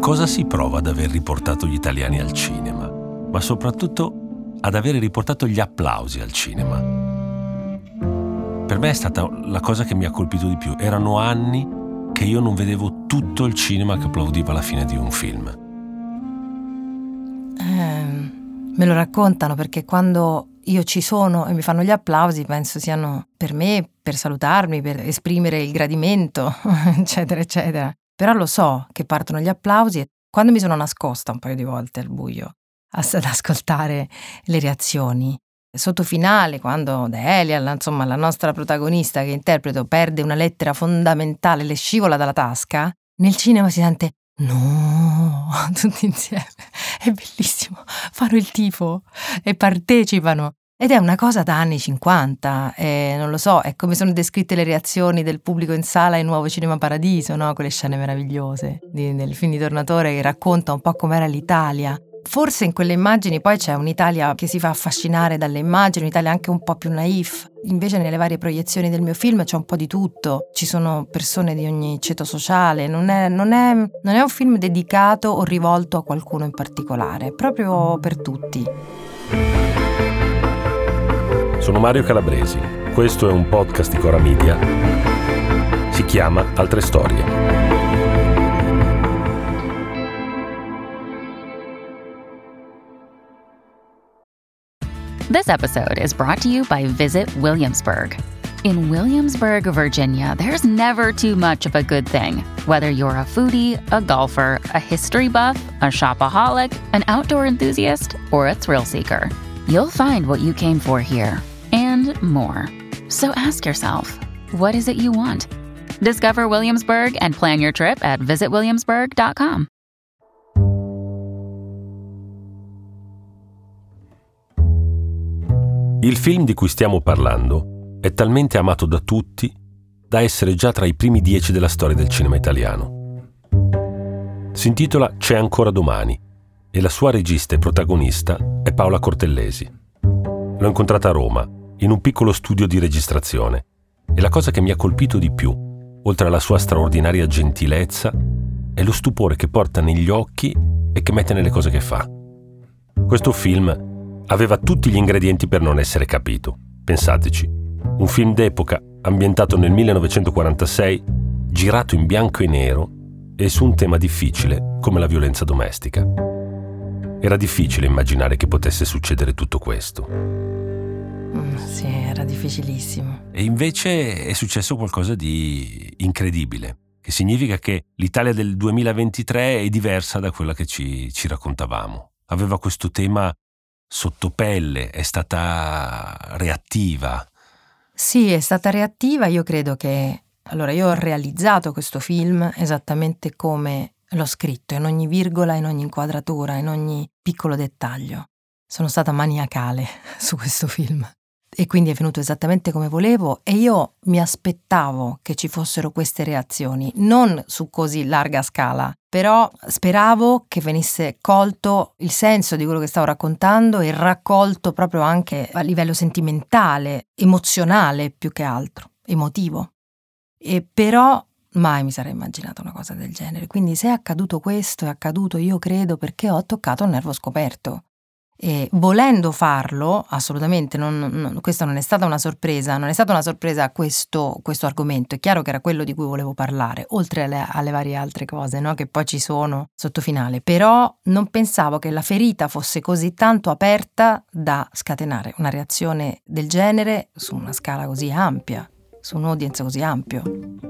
cosa si prova ad aver riportato gli italiani al cinema, ma soprattutto ad avere riportato gli applausi al cinema. Per me è stata la cosa che mi ha colpito di più. Erano anni che io non vedevo tutto il cinema che applaudiva alla fine di un film. Me lo raccontano perché quando io ci sono e mi fanno gli applausi penso siano per me, per salutarmi, per esprimere il gradimento, eccetera, eccetera. Però lo so che partono gli applausi e quando mi sono nascosta un paio di volte al buio ad ascoltare le reazioni, sotto finale, quando Delia, insomma la nostra protagonista che interpreto, perde una lettera fondamentale, le scivola dalla tasca, nel cinema si sente no, tutti insieme. È bellissimo, fanno il tifo e partecipano. Ed è una cosa da anni 50, non lo so, è come sono descritte le reazioni del pubblico in sala in Nuovo Cinema Paradiso, no? Quelle scene meravigliose del film di Tornatore che racconta un po' com'era l'Italia. Forse in quelle immagini poi c'è un'Italia che si fa affascinare dalle immagini, un'Italia anche un po' più naif. Invece nelle varie proiezioni del mio film c'è un po' di tutto. Ci sono persone di ogni ceto sociale. Non è un film dedicato o rivolto a qualcuno in particolare, è proprio per tutti. Sono Mario Calabresi. Questo è un podcast di Cora Media. Si chiama Altre Storie. This episode is brought to you by Visit Williamsburg. In Williamsburg, Virginia, there's never too much of a good thing. Whether you're a foodie, a golfer, a history buff, a shopaholic, an outdoor enthusiast, or a thrill seeker, you'll find what you came for here and more. So ask yourself, what is it you want? Discover Williamsburg and plan your trip at visitwilliamsburg.com. Il film di cui stiamo parlando è talmente amato da tutti da essere già tra i primi 10 della storia del cinema italiano. Si intitola C'è ancora domani e la sua regista e protagonista è Paola Cortellesi. L'ho incontrata a Roma, in un piccolo studio di registrazione, e la cosa che mi ha colpito di più, oltre alla sua straordinaria gentilezza, è lo stupore che porta negli occhi e che mette nelle cose che fa. Questo film aveva tutti gli ingredienti per non essere capito. Pensateci, un film d'epoca ambientato nel 1946, girato in bianco e nero e su un tema difficile come la violenza domestica. Era difficile immaginare che potesse succedere tutto questo. Sì, era difficilissimo. E invece è successo qualcosa di incredibile, che significa che l'Italia del 2023 è diversa da quella che ci raccontavamo. Aveva questo tema sottopelle, è stata reattiva. Sì, è stata reattiva. Io credo che... Allora, io ho realizzato questo film esattamente come l'ho scritto, in ogni virgola, in ogni inquadratura, in ogni piccolo dettaglio. Sono stata maniacale su questo film. E quindi è venuto esattamente come volevo e io mi aspettavo che ci fossero queste reazioni, non su così larga scala, però speravo che venisse colto il senso di quello che stavo raccontando e raccolto proprio anche a livello sentimentale, emozionale più che altro, emotivo. E però mai mi sarei immaginata una cosa del genere, quindi se è accaduto questo, è accaduto io credo perché ho toccato un nervo scoperto. E volendo farlo, assolutamente, questa non è stata una sorpresa, non è stata una sorpresa questo argomento, è chiaro che era quello di cui volevo parlare, oltre alle varie altre cose, no, che poi ci sono sotto finale, però non pensavo che la ferita fosse così tanto aperta da scatenare una reazione del genere su una scala così ampia, su un audience così ampio.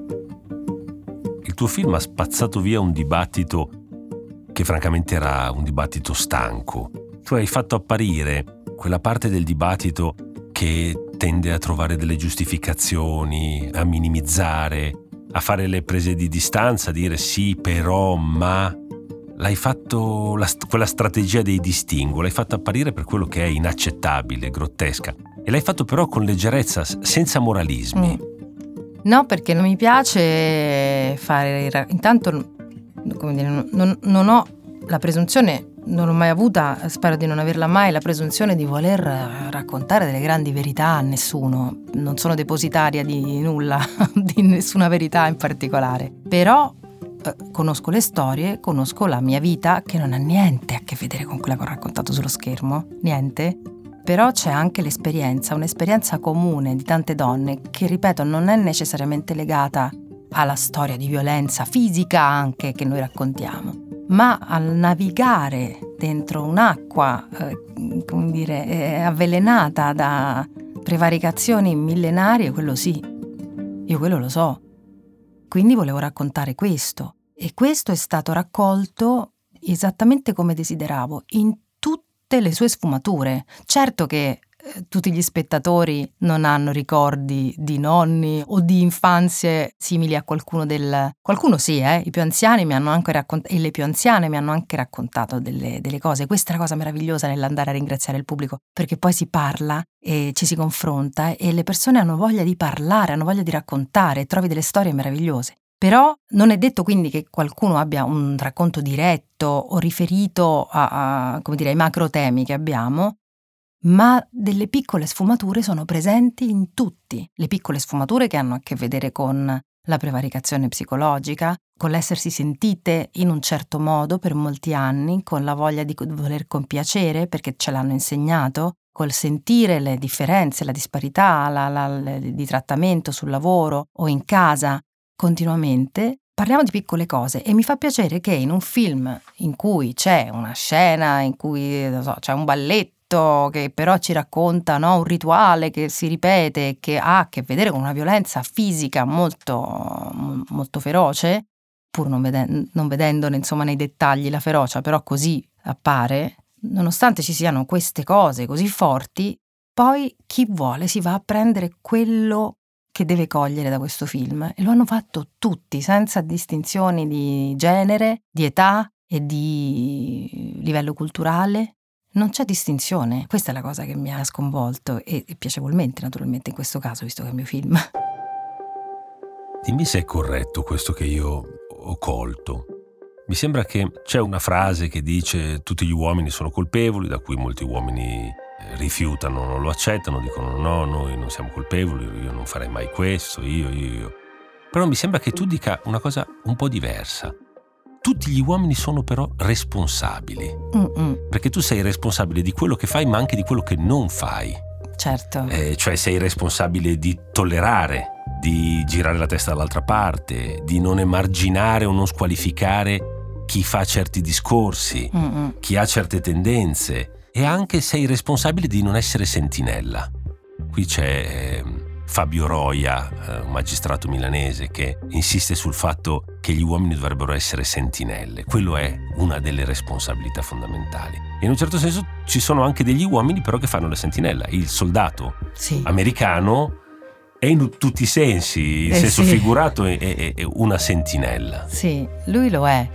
Il tuo film ha spazzato via un dibattito che francamente era un dibattito stanco. Tu hai fatto apparire quella parte del dibattito che tende a trovare delle giustificazioni, a minimizzare, a fare le prese di distanza, a dire sì, però, ma... L'hai fatto, quella strategia dei distinguo, l'hai fatta apparire per quello che è inaccettabile, grottesca. E l'hai fatto però con leggerezza, senza moralismi. No, perché non mi piace fare... Intanto, come dire, non ho la presunzione... Non l'ho mai avuta, spero di non averla mai, la presunzione di voler raccontare delle grandi verità a nessuno. Non sono depositaria di nulla, di nessuna verità in particolare. Però conosco le storie, conosco la mia vita, che non ha niente a che vedere con quella che ho raccontato sullo schermo, niente. Però c'è anche l'esperienza, un'esperienza comune di tante donne che, ripeto, non è necessariamente legata alla storia di violenza fisica anche che noi raccontiamo, ma al navigare dentro un'acqua, avvelenata da prevaricazioni millenarie, quello sì, io quello lo so. Quindi volevo raccontare questo, e questo è stato raccolto esattamente come desideravo, in tutte le sue sfumature. Certo che tutti gli spettatori non hanno ricordi di nonni o di infanzie simili a qualcuno sì, i più anziani mi hanno anche raccontato, e le più anziane mi hanno anche raccontato delle cose. Questa è la cosa meravigliosa nell'andare a ringraziare il pubblico, perché poi si parla e ci si confronta e le persone hanno voglia di parlare, hanno voglia di raccontare, e trovi delle storie meravigliose. Però non è detto quindi che qualcuno abbia un racconto diretto o riferito ai macro temi che abbiamo, ma delle piccole sfumature sono presenti in tutti. Le piccole sfumature che hanno a che vedere con la prevaricazione psicologica, con l'essersi sentite in un certo modo per molti anni, con la voglia di voler compiacere perché ce l'hanno insegnato, col sentire le differenze, la disparità di trattamento sul lavoro o in casa continuamente. Parliamo di piccole cose e mi fa piacere che in un film in cui c'è una scena in cui c'è un balletto che però ci racconta, no, un rituale che si ripete, che ha a che vedere con una violenza fisica molto, molto feroce, pur non vedendone insomma nei dettagli la ferocia, però così appare. Nonostante ci siano queste cose così forti, poi chi vuole si va a prendere quello che deve cogliere da questo film, e lo hanno fatto tutti, senza distinzioni di genere, di età e di livello culturale. Non c'è distinzione. Questa è la cosa che mi ha sconvolto e piacevolmente, naturalmente, in questo caso, visto che è il mio film. Dimmi se è corretto questo che io ho colto. Mi sembra che c'è una frase che dice tutti gli uomini sono colpevoli, da cui molti uomini rifiutano, non lo accettano, dicono no, noi non siamo colpevoli, io non farei mai questo, io. Però mi sembra che tu dica una cosa un po' diversa. Tutti gli uomini sono però responsabili, perché tu sei responsabile di quello che fai ma anche di quello che non fai. Certo. Cioè sei responsabile di tollerare, di girare la testa dall'altra parte, di non emarginare o non squalificare chi fa certi discorsi, chi ha certe tendenze, e anche sei responsabile di non essere sentinella. Qui c'è Fabio Roia, un magistrato milanese, che insiste sul fatto che gli uomini dovrebbero essere sentinelle. Quello è una delle responsabilità fondamentali. E in un certo senso ci sono anche degli uomini però che fanno la sentinella. Il soldato americano è in tutti i sensi, in senso figurato è una sentinella. Sì, lui lo è.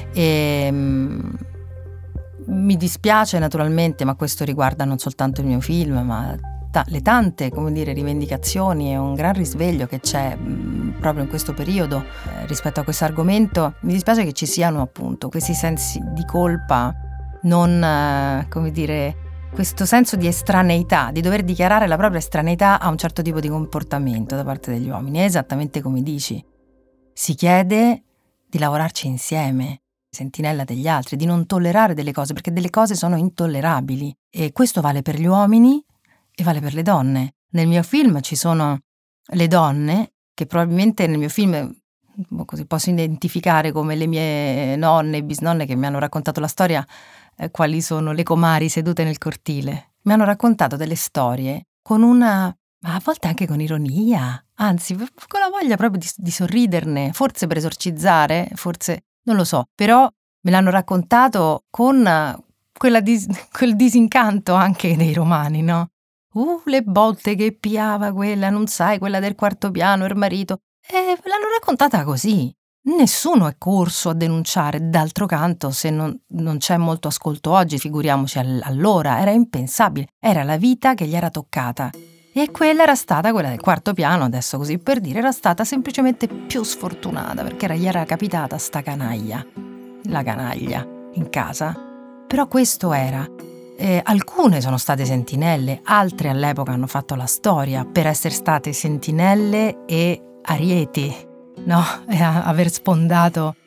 Mi dispiace naturalmente, ma questo riguarda non soltanto il mio film, ma le tante, rivendicazioni e un gran risveglio che c'è proprio in questo periodo rispetto a questo argomento. Mi dispiace che ci siano appunto questi sensi di colpa, non questo senso di estraneità, di dover dichiarare la propria estraneità a un certo tipo di comportamento da parte degli uomini. È esattamente come dici, si chiede di lavorarci insieme, sentinella degli altri, di non tollerare delle cose, perché delle cose sono intollerabili, e questo vale per gli uomini e vale per le donne. Nel mio film ci sono le donne che probabilmente nel mio film così posso identificare come le mie nonne e bisnonne che mi hanno raccontato la storia, quali sono le comari sedute nel cortile. Mi hanno raccontato delle storie con a volte anche con ironia, anzi con la voglia proprio di sorriderne, forse per esorcizzare, forse non lo so, però me l'hanno raccontato con quel disincanto anche dei romani, no? Le botte che piava quella, non sai, quella del quarto piano, il marito. E l'hanno raccontata così. Nessuno è corso a denunciare. D'altro canto, se non c'è molto ascolto oggi, figuriamoci allora, era impensabile. Era la vita che gli era toccata. E quella era stata, quella del quarto piano, adesso così per dire, era stata semplicemente più sfortunata, perché gli era capitata sta canaglia, la canaglia, in casa. Però questo era. Alcune sono state sentinelle, altre all'epoca hanno fatto la storia per essere state sentinelle e arieti, no? E aver sfondato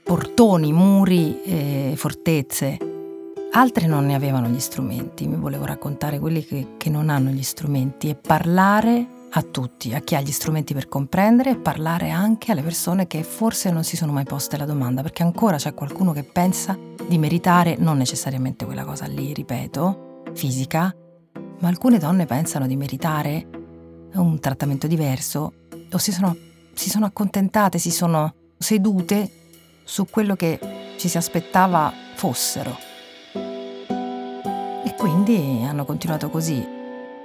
portoni, muri, fortezze. Altre non ne avevano gli strumenti. Mi volevo raccontare quelli che non hanno gli strumenti e parlare a tutti, a chi ha gli strumenti per comprendere, e parlare anche alle persone che forse non si sono mai poste la domanda, perché ancora c'è qualcuno che pensa di meritare non necessariamente quella cosa lì, ripeto, fisica, ma alcune donne pensano di meritare un trattamento diverso o si sono accontentate, si sono sedute su quello che ci si aspettava fossero. E quindi hanno continuato così.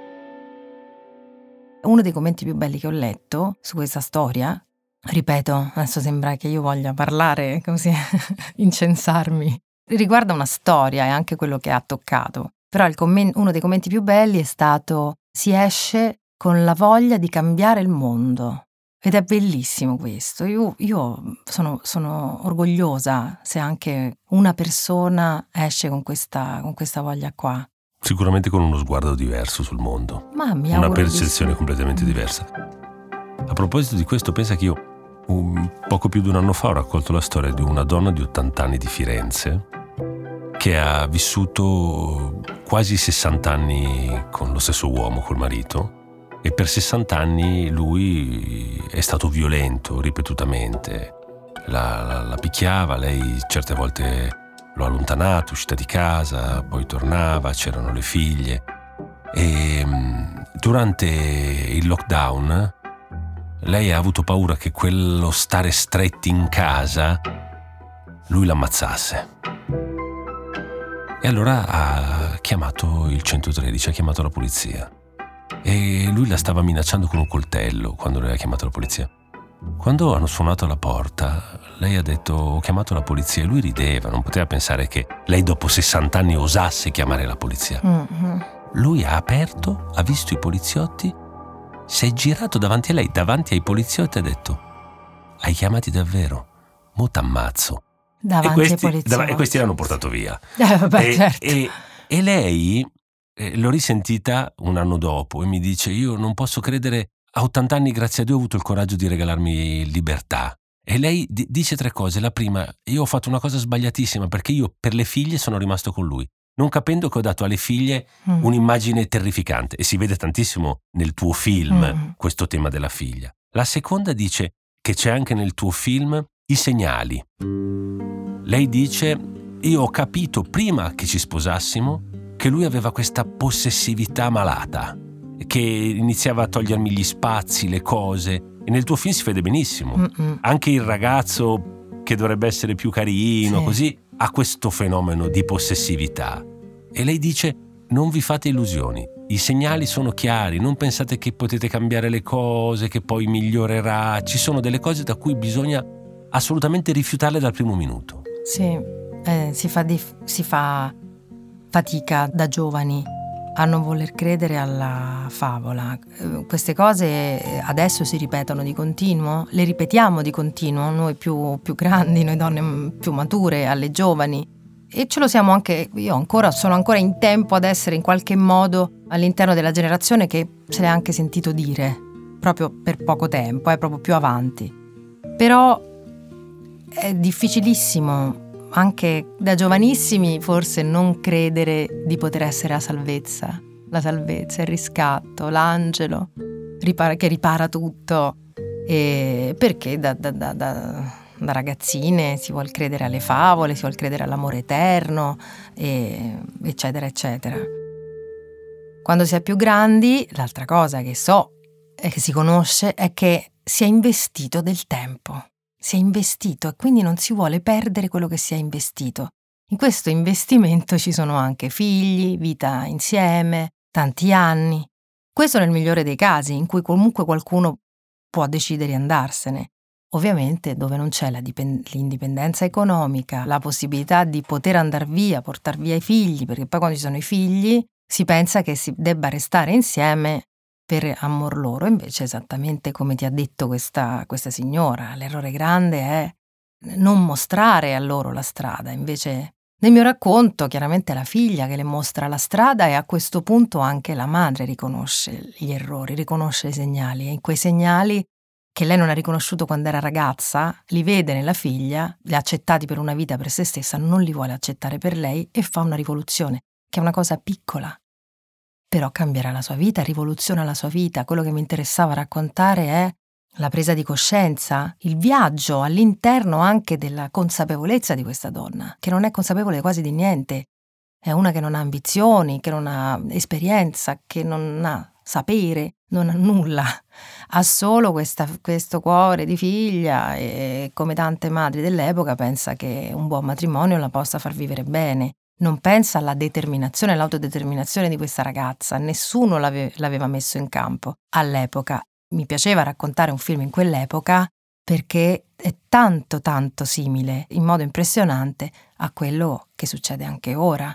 Uno dei commenti più belli che ho letto su questa storia, ripeto, adesso sembra che io voglia parlare, così incensarmi, riguarda una storia e anche quello che ha toccato. Però uno dei commenti più belli è stato: si esce con la voglia di cambiare il mondo. Ed è bellissimo questo. Io sono orgogliosa se anche una persona esce con questa voglia qua. Sicuramente con uno sguardo diverso sul mondo. Ma mi una auguro percezione completamente diversa. A proposito di questo, pensa che io poco più di un anno fa ho raccolto la storia di una donna di 80 anni di Firenze che ha vissuto quasi 60 anni con lo stesso uomo, col marito, e per 60 anni lui è stato violento ripetutamente. La picchiava, lei certe volte l'ho allontanato, uscita di casa, poi tornava, c'erano le figlie. E durante il lockdown lei ha avuto paura che quello stare stretti in casa lui l'ammazzasse. E allora ha chiamato il 113, ha chiamato la polizia. E lui la stava minacciando con un coltello quando lei ha chiamato la polizia. Quando hanno suonato alla porta, lei ha detto: ho chiamato la polizia, e lui rideva, non poteva pensare che lei dopo 60 anni osasse chiamare la polizia. Mm-hmm. Lui ha aperto, ha visto i poliziotti, si è girato davanti a lei, davanti ai poliziotti, e ha detto: hai chiamati davvero? Mo t'ammazzo. Davanti ai poliziotti. E questi l'hanno portato via. Vabbè, certo. E lei l'ho risentita un anno dopo e mi dice: io non posso credere, a 80 anni grazie a Dio ho avuto il coraggio di regalarmi libertà. E lei dice 3 cose. La prima: io ho fatto una cosa sbagliatissima perché io per le figlie sono rimasto con lui, non capendo che ho dato alle figlie un'immagine terrificante, e si vede tantissimo nel tuo film questo tema della figlia. La seconda dice che c'è anche nel tuo film i segnali. Lei dice: io ho capito prima che ci sposassimo che lui aveva questa possessività malata, che iniziava a togliermi gli spazi, le cose, e nel tuo film si vede benissimo. Anche il ragazzo che dovrebbe essere più carino, sì, così, ha questo fenomeno di possessività. E lei dice: non vi fate illusioni, i segnali sono chiari, non pensate che potete cambiare le cose, che poi migliorerà. Ci sono delle cose da cui bisogna assolutamente rifiutarle dal primo minuto. Sì, si fa fatica da giovani a non voler credere alla favola. Queste cose adesso si ripetono di continuo, le ripetiamo di continuo, noi più grandi, noi donne più mature, alle giovani. E ce lo siamo anche, sono ancora in tempo ad essere in qualche modo all'interno della generazione che se l'è anche sentito dire, proprio per poco tempo, proprio più avanti. Però è difficilissimo, anche da giovanissimi, forse non credere di poter essere la salvezza, il riscatto, l'angelo che ripara tutto, e perché da ragazzine si vuol credere alle favole, si vuol credere all'amore eterno, eccetera eccetera. Quando si è più grandi, l'altra cosa che so e che si conosce è che si è investito del tempo. Si è investito e quindi non si vuole perdere quello che si è investito. In questo investimento ci sono anche figli, vita insieme, tanti anni. Questo nel migliore dei casi, in cui comunque qualcuno può decidere di andarsene. Ovviamente dove non c'è l'indipendenza economica, la possibilità di poter andare via, portare via i figli, perché poi quando ci sono i figli si pensa che si debba restare insieme per amor loro. Invece, esattamente come ti ha detto questa signora, l'errore grande è non mostrare a loro la strada. Invece nel mio racconto chiaramente è la figlia che le mostra la strada, e a questo punto anche la madre riconosce gli errori, riconosce i segnali, e in quei segnali che lei non ha riconosciuto quando era ragazza, li vede nella figlia, li ha accettati per una vita per se stessa, non li vuole accettare per lei e fa una rivoluzione, che è una cosa piccola. Però cambierà la sua vita, rivoluziona la sua vita. Quello che mi interessava raccontare è la presa di coscienza, il viaggio all'interno anche della consapevolezza di questa donna, che non è consapevole quasi di niente. È una che non ha ambizioni, che non ha esperienza, che non ha sapere, non ha nulla. Ha solo questo cuore di figlia e, come tante madri dell'epoca, pensa che un buon matrimonio la possa far vivere bene. Non pensa alla determinazione, all'autodeterminazione di questa ragazza. Nessuno l'aveva messo in campo all'epoca. Mi piaceva raccontare un film in quell'epoca perché è tanto tanto simile, in modo impressionante, a quello che succede anche ora.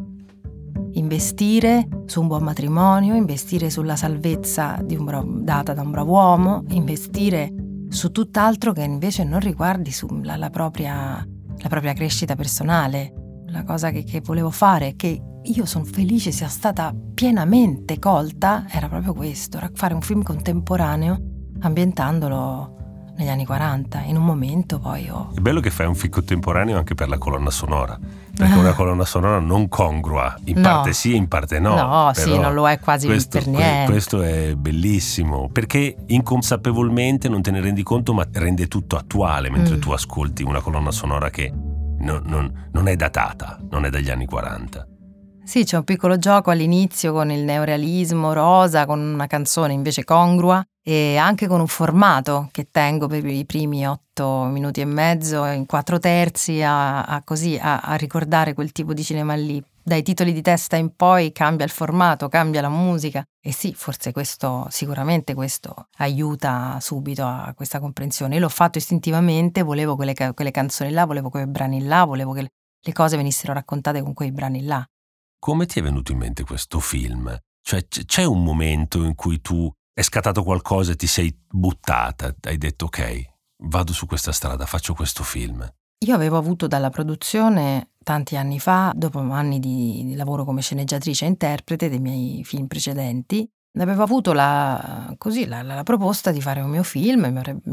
Investire su un buon matrimonio, investire sulla salvezza data da un bravo uomo, investire su tutt'altro che invece non riguardi la propria crescita personale. La cosa che volevo fare, che io sono felice sia stata pienamente colta, era proprio questo, fare un film contemporaneo ambientandolo negli anni 40, in un momento poi È bello che fai un film contemporaneo anche per la colonna sonora, perché è una colonna sonora non congrua, in parte sì, in parte no. No, sì, non lo è quasi per niente. Questo è bellissimo, perché inconsapevolmente non te ne rendi conto, ma rende tutto attuale mentre tu ascolti una colonna sonora che non è datata, non è dagli anni 40. Sì, c'è un piccolo gioco all'inizio con il neorealismo rosa, con una canzone invece congrua e anche con un formato che tengo per i primi 8 minuti e mezzo in 4/3 a ricordare quel tipo di cinema lì. Dai titoli di testa in poi cambia il formato, cambia la musica e sì, forse sicuramente questo aiuta subito a questa comprensione. Io l'ho fatto istintivamente, volevo quelle canzoni là, volevo quei brani là, volevo che le cose venissero raccontate con quei brani là. Come ti è venuto in mente questo film? Cioè c'è un momento in cui tu è scattato qualcosa e ti sei buttata, hai detto ok, vado su questa strada, faccio questo film. Io avevo avuto dalla produzione tanti anni fa, dopo anni di lavoro come sceneggiatrice e interprete dei miei film precedenti, avevo avuto la proposta di fare un mio film.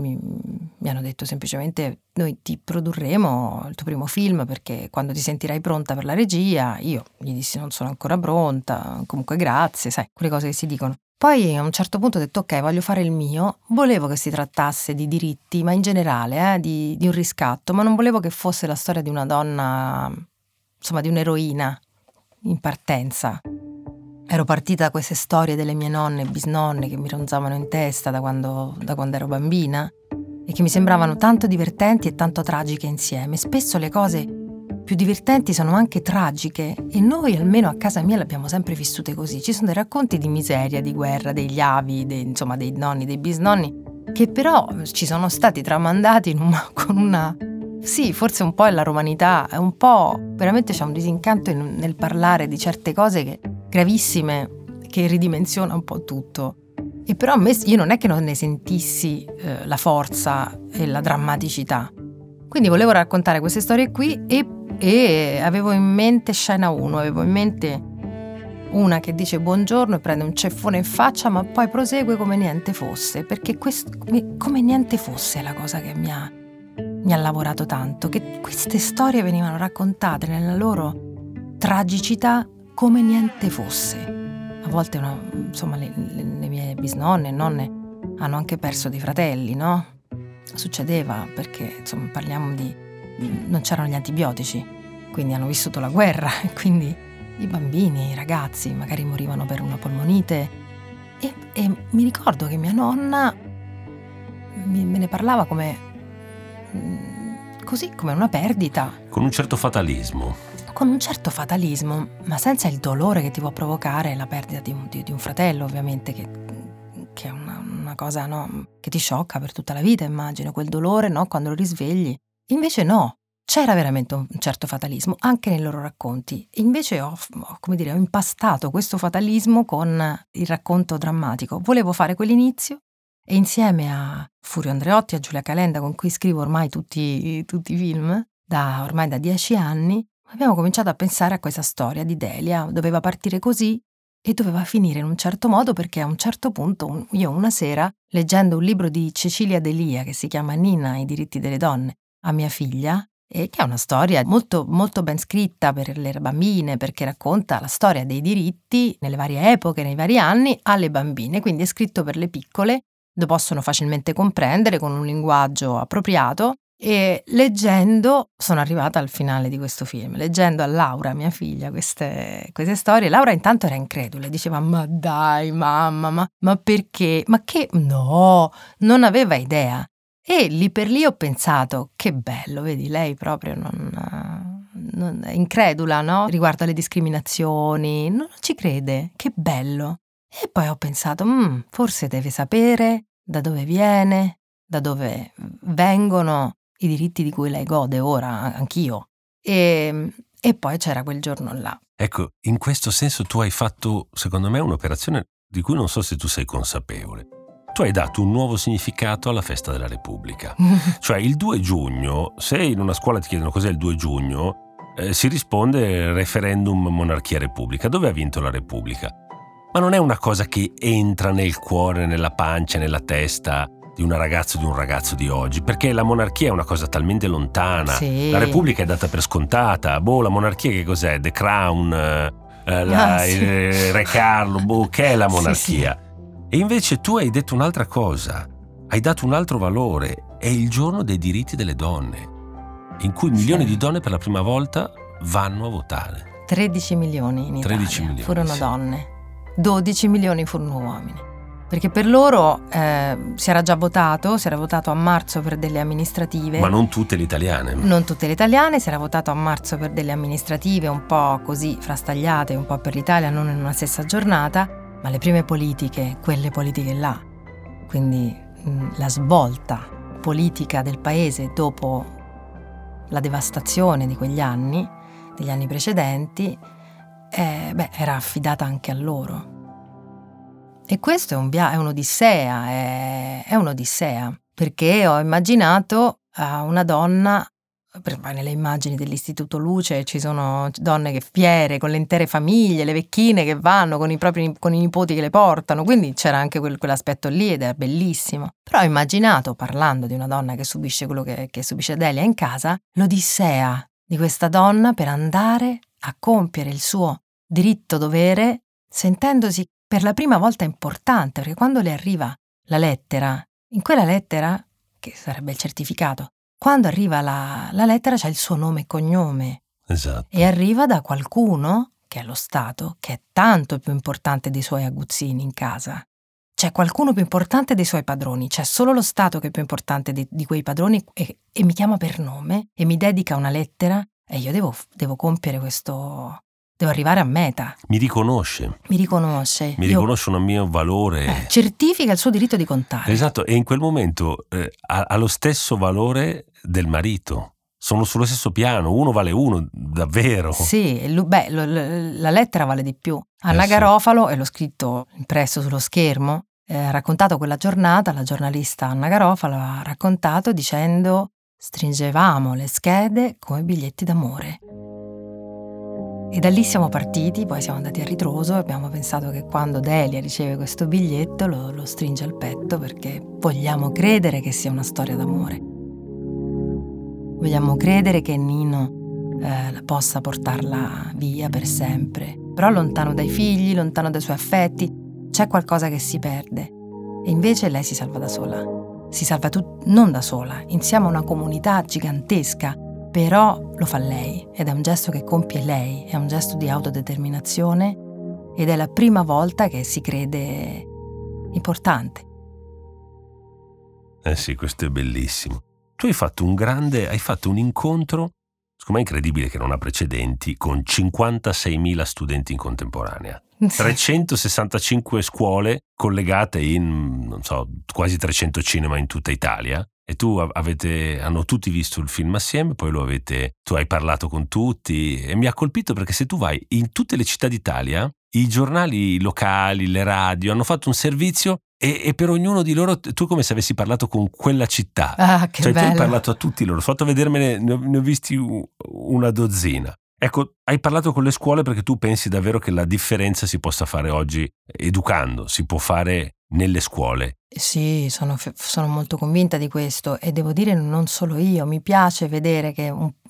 Mi hanno detto semplicemente: noi ti produrremo il tuo primo film perché quando ti sentirai pronta per la regia. Io gli dissi: non sono ancora pronta, comunque grazie, sai, quelle cose che si dicono. Poi a un certo punto ho detto ok, voglio fare il mio. Volevo che si trattasse di diritti, ma in generale di un riscatto, ma non volevo che fosse la storia di una donna, insomma di un'eroina in partenza. Ero partita da queste storie delle mie nonne e bisnonne che mi ronzavano in testa da quando ero bambina e che mi sembravano tanto divertenti e tanto tragiche insieme. Spesso le cose più divertenti sono anche tragiche e noi almeno a casa mia le abbiamo sempre vissute così. Ci sono dei racconti di miseria, di guerra, degli avi, dei nonni, dei bisnonni, che però ci sono stati tramandati con una... Sì, forse un po' è la romanità, è un po'... veramente c'è un disincanto nel parlare di certe cose gravissime, che ridimensiona un po' tutto. E però a me, io non è che non ne sentissi la forza e la drammaticità. Quindi volevo raccontare queste storie qui e avevo in mente scena 1, avevo in mente una che dice buongiorno e prende un ceffone in faccia, ma poi prosegue come niente fosse, perché come niente fosse è la cosa che mi ha lavorato tanto, che queste storie venivano raccontate nella loro tragicità come niente fosse. A volte le mie bisnonne e nonne hanno anche perso dei fratelli, no? Succedeva perché parliamo non c'erano gli antibiotici, quindi hanno vissuto la guerra e quindi i bambini, i ragazzi magari morivano per una polmonite e mi ricordo che mia nonna me ne parlava come così, come una perdita. Con un certo fatalismo, ma senza il dolore che ti può provocare la perdita di un fratello, ovviamente, che è una cosa, no, che ti sciocca per tutta la vita, immagino, quel dolore, no, quando lo risvegli. Invece no, c'era veramente un certo fatalismo anche nei loro racconti. Invece ho impastato questo fatalismo con il racconto drammatico. Volevo fare quell'inizio e insieme a Furio Andreotti, a Giulia Calenda, con cui scrivo ormai tutti i film, ormai da 10 anni, abbiamo cominciato a pensare a questa storia di Delia. Doveva partire così e doveva finire in un certo modo, perché a un certo punto io una sera, leggendo un libro di Cecilia D'Elia che si chiama Nina, i diritti delle donne, a mia figlia, e che è una storia molto, molto ben scritta per le bambine, perché racconta la storia dei diritti nelle varie epoche, nei vari anni, alle bambine, quindi è scritto per le piccole, lo possono facilmente comprendere con un linguaggio appropriato. E leggendo sono arrivata al finale di questo film, leggendo a Laura, mia figlia, queste storie. Laura intanto era incredula, diceva: ma dai mamma, ma perché? Ma che? No, non aveva idea. E lì per lì ho pensato: che bello, vedi, lei proprio non è incredula, no? Riguardo alle discriminazioni, non ci crede, che bello. E poi ho pensato: forse deve sapere da dove viene, da dove vengono i diritti di cui lei gode ora, anch'io. E poi c'era quel giorno là. Ecco, in questo senso tu hai fatto, secondo me, un'operazione di cui non so se tu sei consapevole. Tu hai dato un nuovo significato alla festa della Repubblica. Cioè il 2 giugno, se in una scuola ti chiedono cos'è il 2 giugno, si risponde referendum monarchia-repubblica. Dove ha vinto la Repubblica? Ma non è una cosa che entra nel cuore, nella pancia, nella testa di una ragazza o di un ragazzo di oggi, perché la monarchia è una cosa talmente lontana. Sì. La Repubblica è data per scontata. La monarchia che cos'è? The Crown, Sì. il Re Carlo, che è la monarchia? Sì. E invece tu hai detto un'altra cosa, hai dato un altro valore, è il giorno dei diritti delle donne, in cui milioni di donne per la prima volta vanno a votare. 13 milioni in Italia 13 milioni, furono sì. donne, 12 milioni furono uomini. Perché per loro si era votato a marzo per delle amministrative. Ma non tutte le italiane. Non tutte le italiane, si era votato a marzo per delle amministrative un po' così frastagliate, un po' per l'Italia, non in una stessa giornata, ma le prime politiche, quelle politiche là, quindi la svolta politica del paese dopo la devastazione di quegli anni, degli anni precedenti, era affidata anche a loro. E questo è un'odissea, è un'odissea, perché ho immaginato una donna, nelle immagini dell'Istituto Luce ci sono donne che fiere, con le intere famiglie, le vecchine che vanno con i nipoti che le portano, quindi c'era anche quell'aspetto lì ed era bellissimo. Però ho immaginato, parlando di una donna che subisce quello che subisce Delia in casa, l'odissea di questa donna per andare a compiere il suo diritto-dovere, sentendosi per la prima volta importante, perché quando le arriva la lettera, in quella lettera, che sarebbe il certificato, quando arriva la lettera c'è il suo nome e cognome. Esatto. E arriva da qualcuno, che è lo Stato, che è tanto più importante dei suoi aguzzini in casa. C'è qualcuno più importante dei suoi padroni, c'è solo lo Stato che è più importante di quei padroni e mi chiama per nome e mi dedica una lettera e io devo compiere questo... Devo arrivare a meta. Mi riconosce. Mi riconosce un mio valore. Certifica il suo diritto di contare. Esatto, e in quel momento ha lo stesso valore del marito. Sono sullo stesso piano, uno vale uno, davvero. Sì, la lettera vale di più. Anna Garofalo, e l'ho scritto impresso sullo schermo, ha raccontato quella giornata, la giornalista Anna Garofalo ha raccontato dicendo: stringevamo le schede come biglietti d'amore. E da lì siamo partiti, poi siamo andati a ritroso e abbiamo pensato che quando Delia riceve questo biglietto lo stringe al petto, perché vogliamo credere che sia una storia d'amore. Vogliamo credere che Nino possa portarla via per sempre. Però lontano dai figli, lontano dai suoi affetti, c'è qualcosa che si perde. E invece lei si salva da sola. Si salva non da sola, insieme a una comunità gigantesca. Però lo fa lei ed è un gesto che compie lei, è un gesto di autodeterminazione ed è la prima volta che si crede importante. Sì, questo è bellissimo. Tu hai fatto un incontro, secondo me incredibile, che non ha precedenti, con 56.000 studenti in contemporanea. 365 scuole collegate in, non so, quasi 300 cinema in tutta Italia. E hanno tutti visto il film assieme, poi tu hai parlato con tutti e mi ha colpito perché se tu vai in tutte le città d'Italia, i giornali locali, le radio hanno fatto un servizio e per ognuno di loro tu come se avessi parlato con quella città. Ah, che cioè bello. Tu hai parlato a tutti loro, ho fatto vedermene, ne ho visti una dozzina. Ecco, hai parlato con le scuole perché tu pensi davvero che la differenza si possa fare oggi educando, si può fare nelle scuole. Sì, sono molto convinta di questo e devo dire non solo io, mi piace vedere che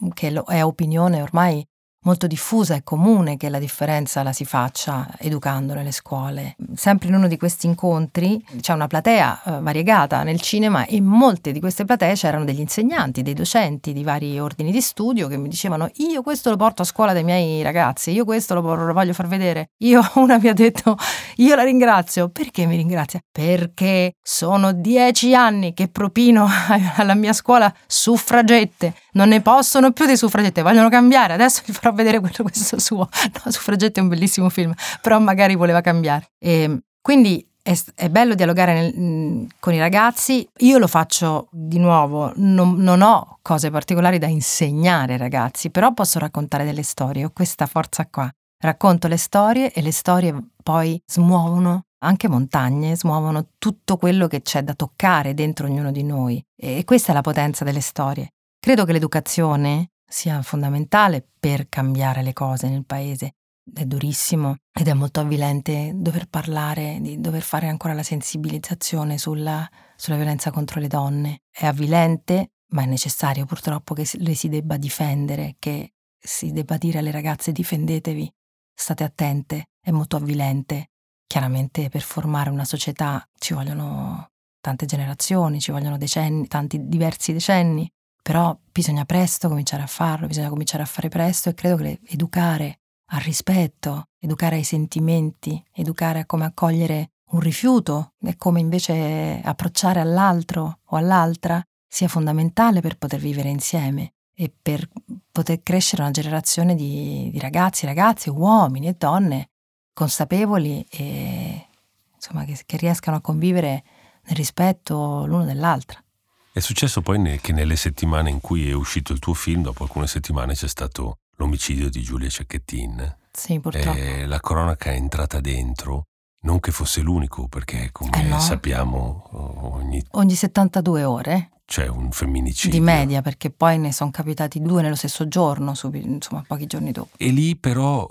è opinione ormai molto diffusa e comune che la differenza la si faccia educando nelle scuole. Sempre in uno di questi incontri c'è una platea variegata nel cinema e molte di queste platee c'erano degli insegnanti, dei docenti di vari ordini di studio che mi dicevano io questo lo porto a scuola dai miei ragazzi, io questo lo voglio far vedere. Una mi ha detto io la ringrazio. Perché mi ringrazia? Perché sono 10 anni che propino alla mia scuola suffragette, non ne possono più di suffragette, vogliono cambiare, adesso vi farò vedere questo suo. No, Suffragette è un bellissimo film, però magari voleva cambiare. E quindi è bello dialogare con i ragazzi. Io lo faccio di nuovo, non ho cose particolari da insegnare ai ragazzi, però posso raccontare delle storie, ho questa forza qua. Racconto le storie e le storie poi smuovono anche montagne, smuovono tutto quello che c'è da toccare dentro ognuno di noi. E questa è la potenza delle storie. Credo che l'educazione sia fondamentale per cambiare le cose nel paese. È durissimo ed è molto avvilente dover parlare, di dover fare ancora la sensibilizzazione sulla violenza contro le donne. È avvilente, ma è necessario purtroppo che le si debba difendere, che si debba dire alle ragazze difendetevi, state attente, è molto avvilente. Chiaramente per formare una società ci vogliono tante generazioni, ci vogliono decenni, tanti diversi decenni, però bisogna presto cominciare a farlo, bisogna cominciare a fare presto e credo che educare al rispetto, educare ai sentimenti, educare a come accogliere un rifiuto e come invece approcciare all'altro o all'altra sia fondamentale per poter vivere insieme e per poter crescere una generazione di ragazzi, uomini e donne consapevoli e insomma che riescano a convivere nel rispetto l'uno dell'altra. È successo poi che nelle settimane in cui è uscito il tuo film, dopo alcune settimane c'è stato l'omicidio di Giulia Cecchettin. Sì, purtroppo. E la cronaca è entrata dentro, non che fosse l'unico, perché come sappiamo ogni 72 ore c'è un femminicidio. Di media, perché poi ne sono capitati 2 nello stesso giorno, insomma pochi giorni dopo. E lì però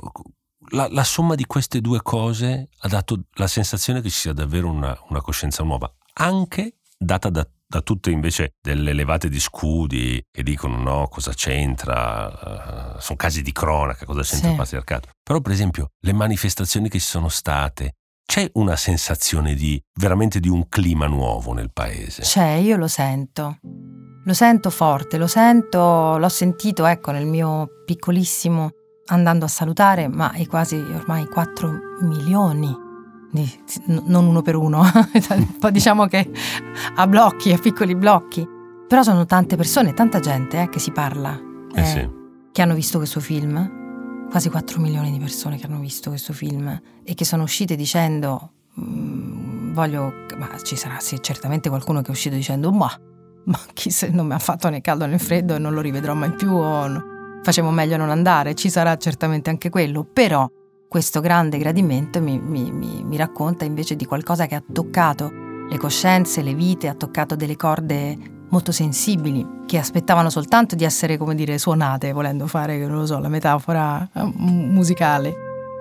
la somma di queste due cose ha dato la sensazione che ci sia davvero una coscienza nuova, anche data da tutte invece delle levate di scudi che dicono no, cosa c'entra, sono casi di cronaca, cosa c'entra il patriarcato. Però per esempio le manifestazioni che ci sono state, c'è una sensazione veramente di un clima nuovo nel paese? C'è, io lo sento forte, l'ho sentito nel mio piccolissimo andando a salutare, ma i quasi ormai 4 milioni non uno per uno, diciamo che a blocchi, a piccoli blocchi, però sono tante persone, tanta gente che si parla, che hanno visto questo film, quasi 4 milioni di persone che hanno visto questo film e che sono uscite dicendo ci sarà certamente qualcuno che è uscito dicendo ma chi se non mi ha fatto né caldo né freddo e non lo rivedrò mai più o facevo meglio non andare, ci sarà certamente anche quello, però questo grande gradimento mi racconta invece di qualcosa che ha toccato le coscienze, le vite, ha toccato delle corde molto sensibili che aspettavano soltanto di essere, come dire, suonate, volendo fare, non lo so, la metafora musicale.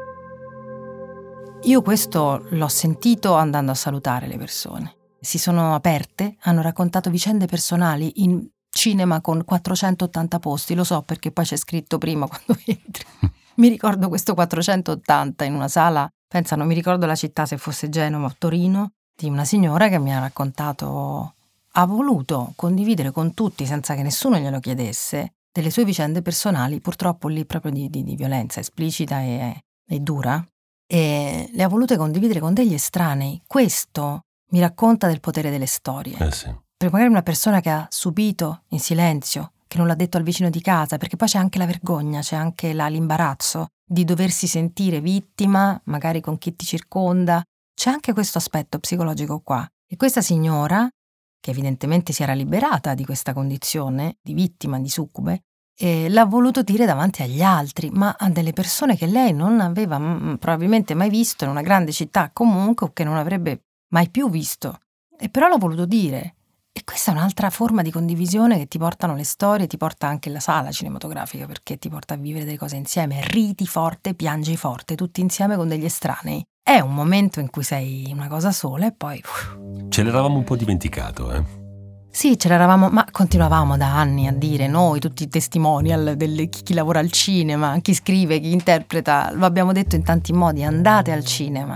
Io questo l'ho sentito andando a salutare le persone. Si sono aperte, hanno raccontato vicende personali in cinema con 480 posti, lo so perché poi c'è scritto prima quando entri. Mi ricordo questo 480 in una sala, non mi ricordo la città, se fosse Genova o Torino, di una signora che mi ha raccontato, ha voluto condividere con tutti senza che nessuno glielo chiedesse, delle sue vicende personali, purtroppo lì proprio di violenza esplicita e dura, e le ha volute condividere con degli estranei. Questo mi racconta del potere delle storie. Sì. Per magari una persona che ha subito in silenzio, che non l'ha detto al vicino di casa, perché poi c'è anche la vergogna, c'è anche l'imbarazzo di doversi sentire vittima, magari con chi ti circonda. C'è anche questo aspetto psicologico qua. E questa signora, che evidentemente si era liberata di questa condizione di vittima, di succube, l'ha voluto dire davanti agli altri, ma a delle persone che lei non aveva probabilmente mai visto in una grande città comunque, o che non avrebbe mai più visto. E però l'ha voluto dire. E questa è un'altra forma di condivisione che ti portano le storie, ti porta anche la sala cinematografica, perché ti porta a vivere delle cose insieme, ridi forte, piangi forte, tutti insieme con degli estranei. È un momento in cui sei una cosa sola e poi... Ce l'eravamo un po' dimenticato, Sì, ce l'eravamo, ma continuavamo da anni a dire noi, tutti i testimonial di chi lavora al cinema, chi scrive, chi interpreta, lo abbiamo detto in tanti modi, andate al cinema.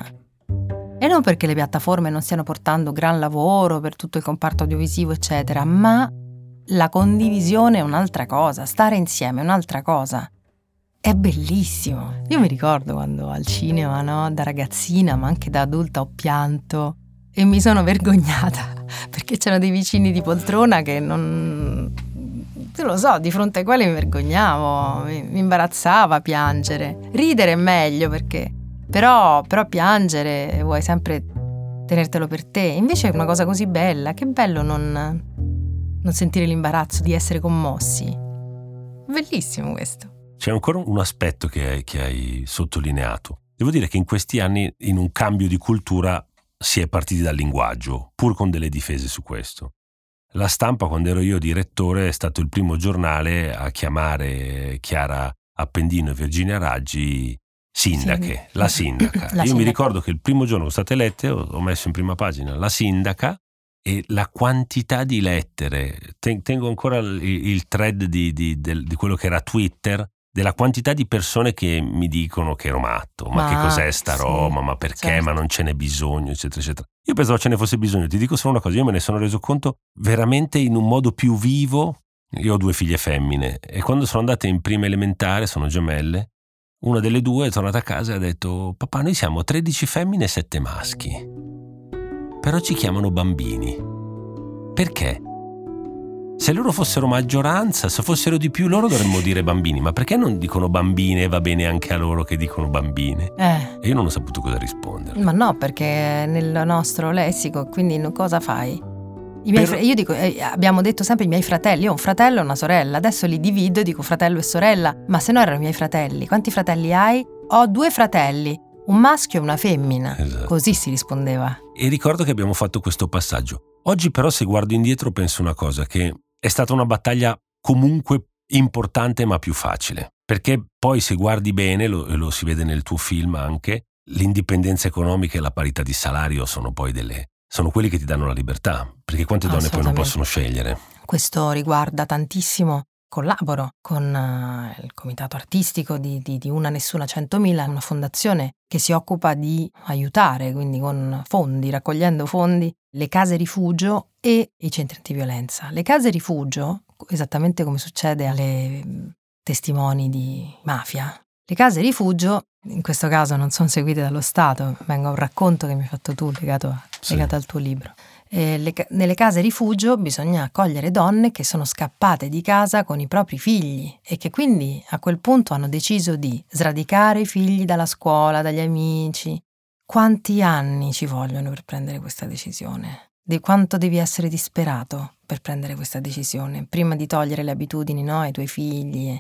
E non perché le piattaforme non stiano portando gran lavoro per tutto il comparto audiovisivo, eccetera, ma la condivisione è un'altra cosa, stare insieme è un'altra cosa. È bellissimo. Io mi ricordo quando al cinema, no, da ragazzina, ma anche da adulta, ho pianto e mi sono vergognata perché c'erano dei vicini di poltrona che non lo so, di fronte ai quali mi vergognavo, mi imbarazzava piangere. Ridere è meglio perché però piangere vuoi sempre tenertelo per te. Invece è una cosa così bella, che bello non sentire l'imbarazzo di essere commossi. Bellissimo questo. C'è ancora un aspetto che hai sottolineato. Devo dire che in questi anni, in un cambio di cultura, si è partiti dal linguaggio, pur con delle difese su questo. La Stampa, quando ero io direttore, è stato il primo giornale a chiamare Chiara Appendino e Virginia Raggi sindache, la sindaca. Io mi ricordo che il primo giorno che sono state elette ho messo in prima pagina la sindaca, e la quantità di lettere, tengo ancora il thread di quello che era Twitter, della quantità di persone che mi dicono che ero matto, ma che cos'è sta roba, ma perché, certo, ma non ce n'è bisogno, eccetera, eccetera. Io pensavo ce ne fosse bisogno, ti dico solo una cosa, io me ne sono reso conto veramente in un modo più vivo. Io ho 2 figlie femmine e quando sono andate in prima elementare, sono gemelle, una delle 2 è tornata a casa e ha detto: papà, noi siamo 13 femmine e 7 maschi, però ci chiamano bambini. Perché? Se loro fossero maggioranza, se fossero di più, loro dovremmo dire bambini, ma perché non dicono bambine e va bene anche a loro che dicono bambine? E io non ho saputo cosa rispondere. Ma no, perché nel nostro lessico, quindi cosa fai? Io dico, abbiamo detto sempre i miei fratelli, io ho un fratello e una sorella, adesso li divido e dico fratello e sorella, ma se no erano i miei fratelli. Quanti fratelli hai? Ho 2 fratelli, un maschio e una femmina. Esatto. Così si rispondeva. E ricordo che abbiamo fatto questo passaggio. Oggi però, se guardo indietro, penso una cosa, che è stata una battaglia comunque importante ma più facile, perché poi se guardi bene, lo si vede nel tuo film anche, l'indipendenza economica e la parità di salario sono poi sono quelli che ti danno la libertà, perché quante donne poi non possono scegliere. Questo riguarda tantissimo. Collaboro con il comitato artistico di Una Nessuna 100.000, una fondazione che si occupa di aiutare, quindi con fondi, raccogliendo fondi, le case rifugio e i centri antiviolenza. Le case rifugio, esattamente come succede alle testimoni di mafia, le case rifugio in questo caso non sono seguite dallo Stato, vengo a un racconto che mi hai fatto tu legato al tuo libro. Nelle case rifugio bisogna accogliere donne che sono scappate di casa con i propri figli e che quindi a quel punto hanno deciso di sradicare i figli dalla scuola, dagli amici. Quanti anni ci vogliono per prendere questa decisione? Di quanto devi essere disperato per prendere questa decisione, prima di togliere le abitudini, no, ai tuoi figli.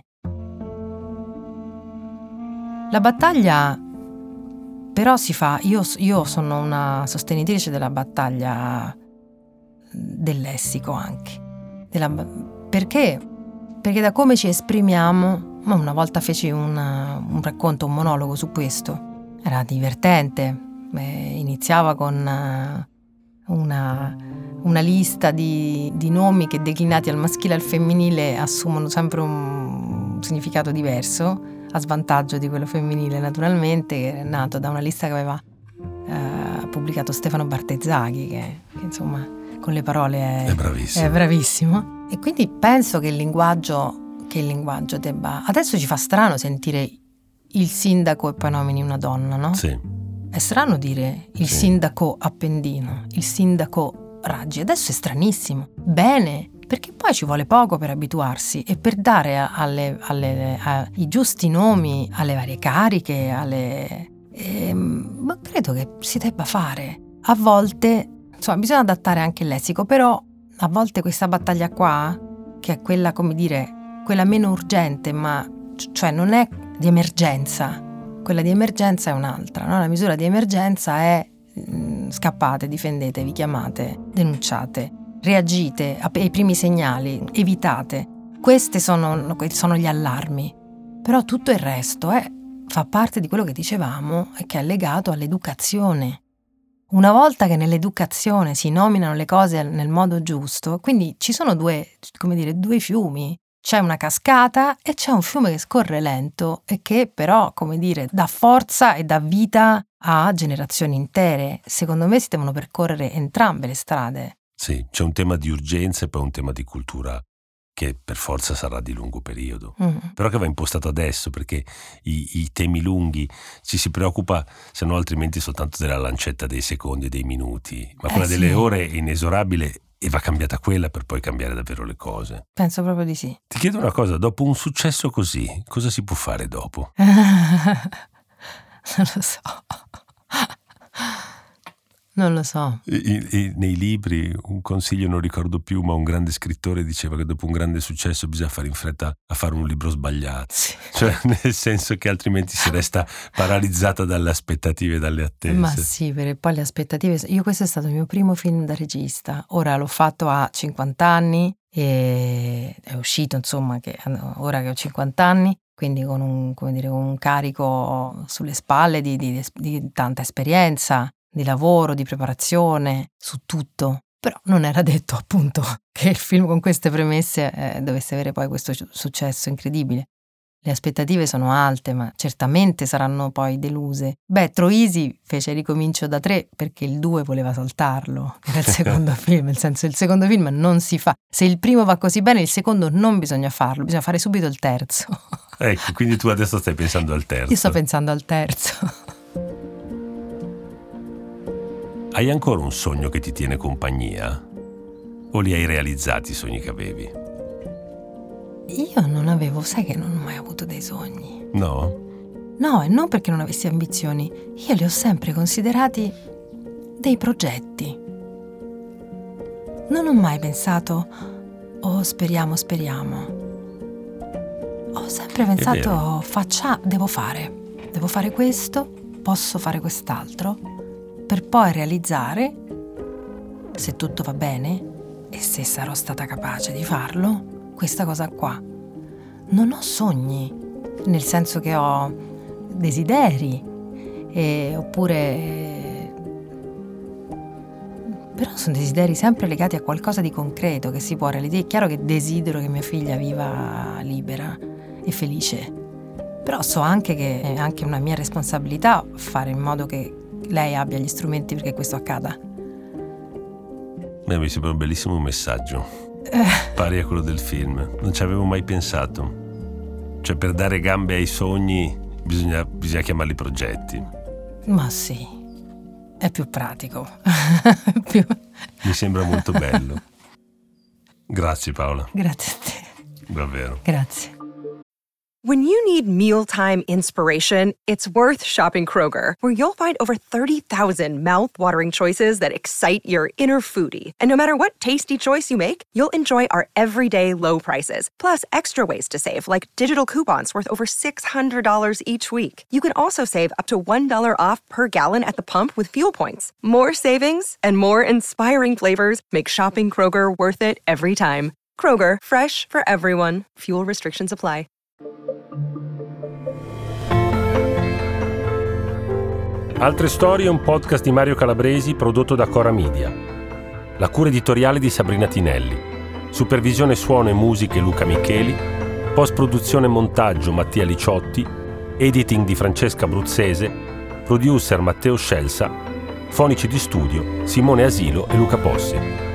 La battaglia però si fa, io sono una sostenitrice della battaglia del lessico anche. Perché? Perché da come ci esprimiamo, una volta feci un racconto, un monologo su questo, era divertente, iniziava con una lista di nomi che declinati al maschile e al femminile assumono sempre un significato diverso, a svantaggio di quello femminile naturalmente, che è nato da una lista che aveva pubblicato Stefano Bartezzaghi, che insomma con le parole è bravissimo. E quindi penso che il linguaggio debba... Adesso ci fa strano sentire il sindaco e poi nomini una donna, no? Sì. È strano dire il sindaco Appendino, il sindaco Raggi, adesso è stranissimo. Bene, perché poi ci vuole poco per abituarsi e per dare ai giusti nomi alle varie cariche, ma credo che si debba fare. A volte, insomma, bisogna adattare anche il lessico, però a volte questa battaglia qua, che è quella, come dire, quella meno urgente, ma cioè non è di emergenza, quella di emergenza è un'altra, no? La misura di emergenza è scappate, difendetevi, chiamate, denunciate. reagite ai primi segnali, evitate. Questi sono gli allarmi. Però tutto il resto fa parte di quello che dicevamo e che è legato all'educazione. Una volta che nell'educazione si nominano le cose nel modo giusto, quindi ci sono due fiumi. C'è una cascata e c'è un fiume che scorre lento e che però, dà forza e dà vita a generazioni intere. Secondo me si devono percorrere entrambe le strade. Sì, c'è un tema di urgenza e poi un tema di cultura che per forza sarà di lungo periodo, però che va impostato adesso, perché i temi lunghi ci si preoccupa, se no altrimenti soltanto della lancetta dei secondi e dei minuti, ma quella delle ore è inesorabile e va cambiata quella per poi cambiare davvero le cose. Penso proprio di sì. Ti chiedo una cosa, dopo un successo così, cosa si può fare dopo? Non lo so. Nei libri, un consiglio non ricordo più, ma un grande scrittore diceva che dopo un grande successo bisogna fare in fretta a fare un libro sbagliato. Sì. Cioè, nel senso che altrimenti si resta paralizzata dalle aspettative e dalle attese. Ma sì, perché poi le aspettative... Questo è stato il mio primo film da regista. Ora l'ho fatto a 50 anni e è uscito, insomma, ora che ho 50 anni, quindi con un carico sulle spalle di tanta esperienza, di lavoro, di preparazione, su tutto. Però non era detto, appunto, che il film con queste premesse dovesse avere poi questo successo incredibile. Le aspettative sono alte, ma certamente saranno poi deluse. Troisi fece Ricomincio da 3 perché il 2 voleva saltarlo, era il secondo film, nel senso il secondo film non si fa. Se il primo va così bene, il secondo non bisogna farlo, bisogna fare subito il terzo. Ecco, quindi tu adesso stai pensando al terzo. Io sto pensando al terzo. Hai ancora un sogno che ti tiene compagnia? O li hai realizzati i sogni che avevi? Io non avevo, sai che non ho mai avuto dei sogni. No? No, e non perché non avessi ambizioni. Io li ho sempre considerati dei progetti. Non ho mai pensato, speriamo. Ho sempre pensato, devo fare questo, posso fare quest'altro, per poi realizzare, se tutto va bene e se sarò stata capace di farlo, questa cosa qua. Non ho sogni, nel senso che ho desideri, però sono desideri sempre legati a qualcosa di concreto che si può realizzare. È chiaro che desidero che mia figlia viva libera e felice, però so anche che è anche una mia responsabilità fare in modo che lei abbia gli strumenti perché questo accada. Mi sembra un bellissimo messaggio, pari a quello del film. Non ci avevo mai pensato. Cioè, per dare gambe ai sogni bisogna chiamarli progetti. Ma sì, è più pratico. Mi sembra molto bello. Grazie Paola. Grazie a te. Davvero. Grazie. When you need mealtime inspiration, it's worth shopping Kroger, where you'll find over 30,000 mouth-watering choices that excite your inner foodie. And no matter what tasty choice you make, you'll enjoy our everyday low prices, plus extra ways to save, like digital coupons worth over $600 each week. You can also save up to $1 off per gallon at the pump with fuel points. More savings and more inspiring flavors make shopping Kroger worth it every time. Kroger, fresh for everyone. Fuel restrictions apply. Altre storie è un podcast di Mario Calabresi prodotto da Cora Media. La cura editoriale di Sabrina Tinelli. Supervisione suono e musiche Luca Micheli. Post-produzione e montaggio Mattia Liciotti. Editing di Francesca Bruzzese. Producer Matteo Scelsa. Fonici di studio Simone Asilo e Luca Possi.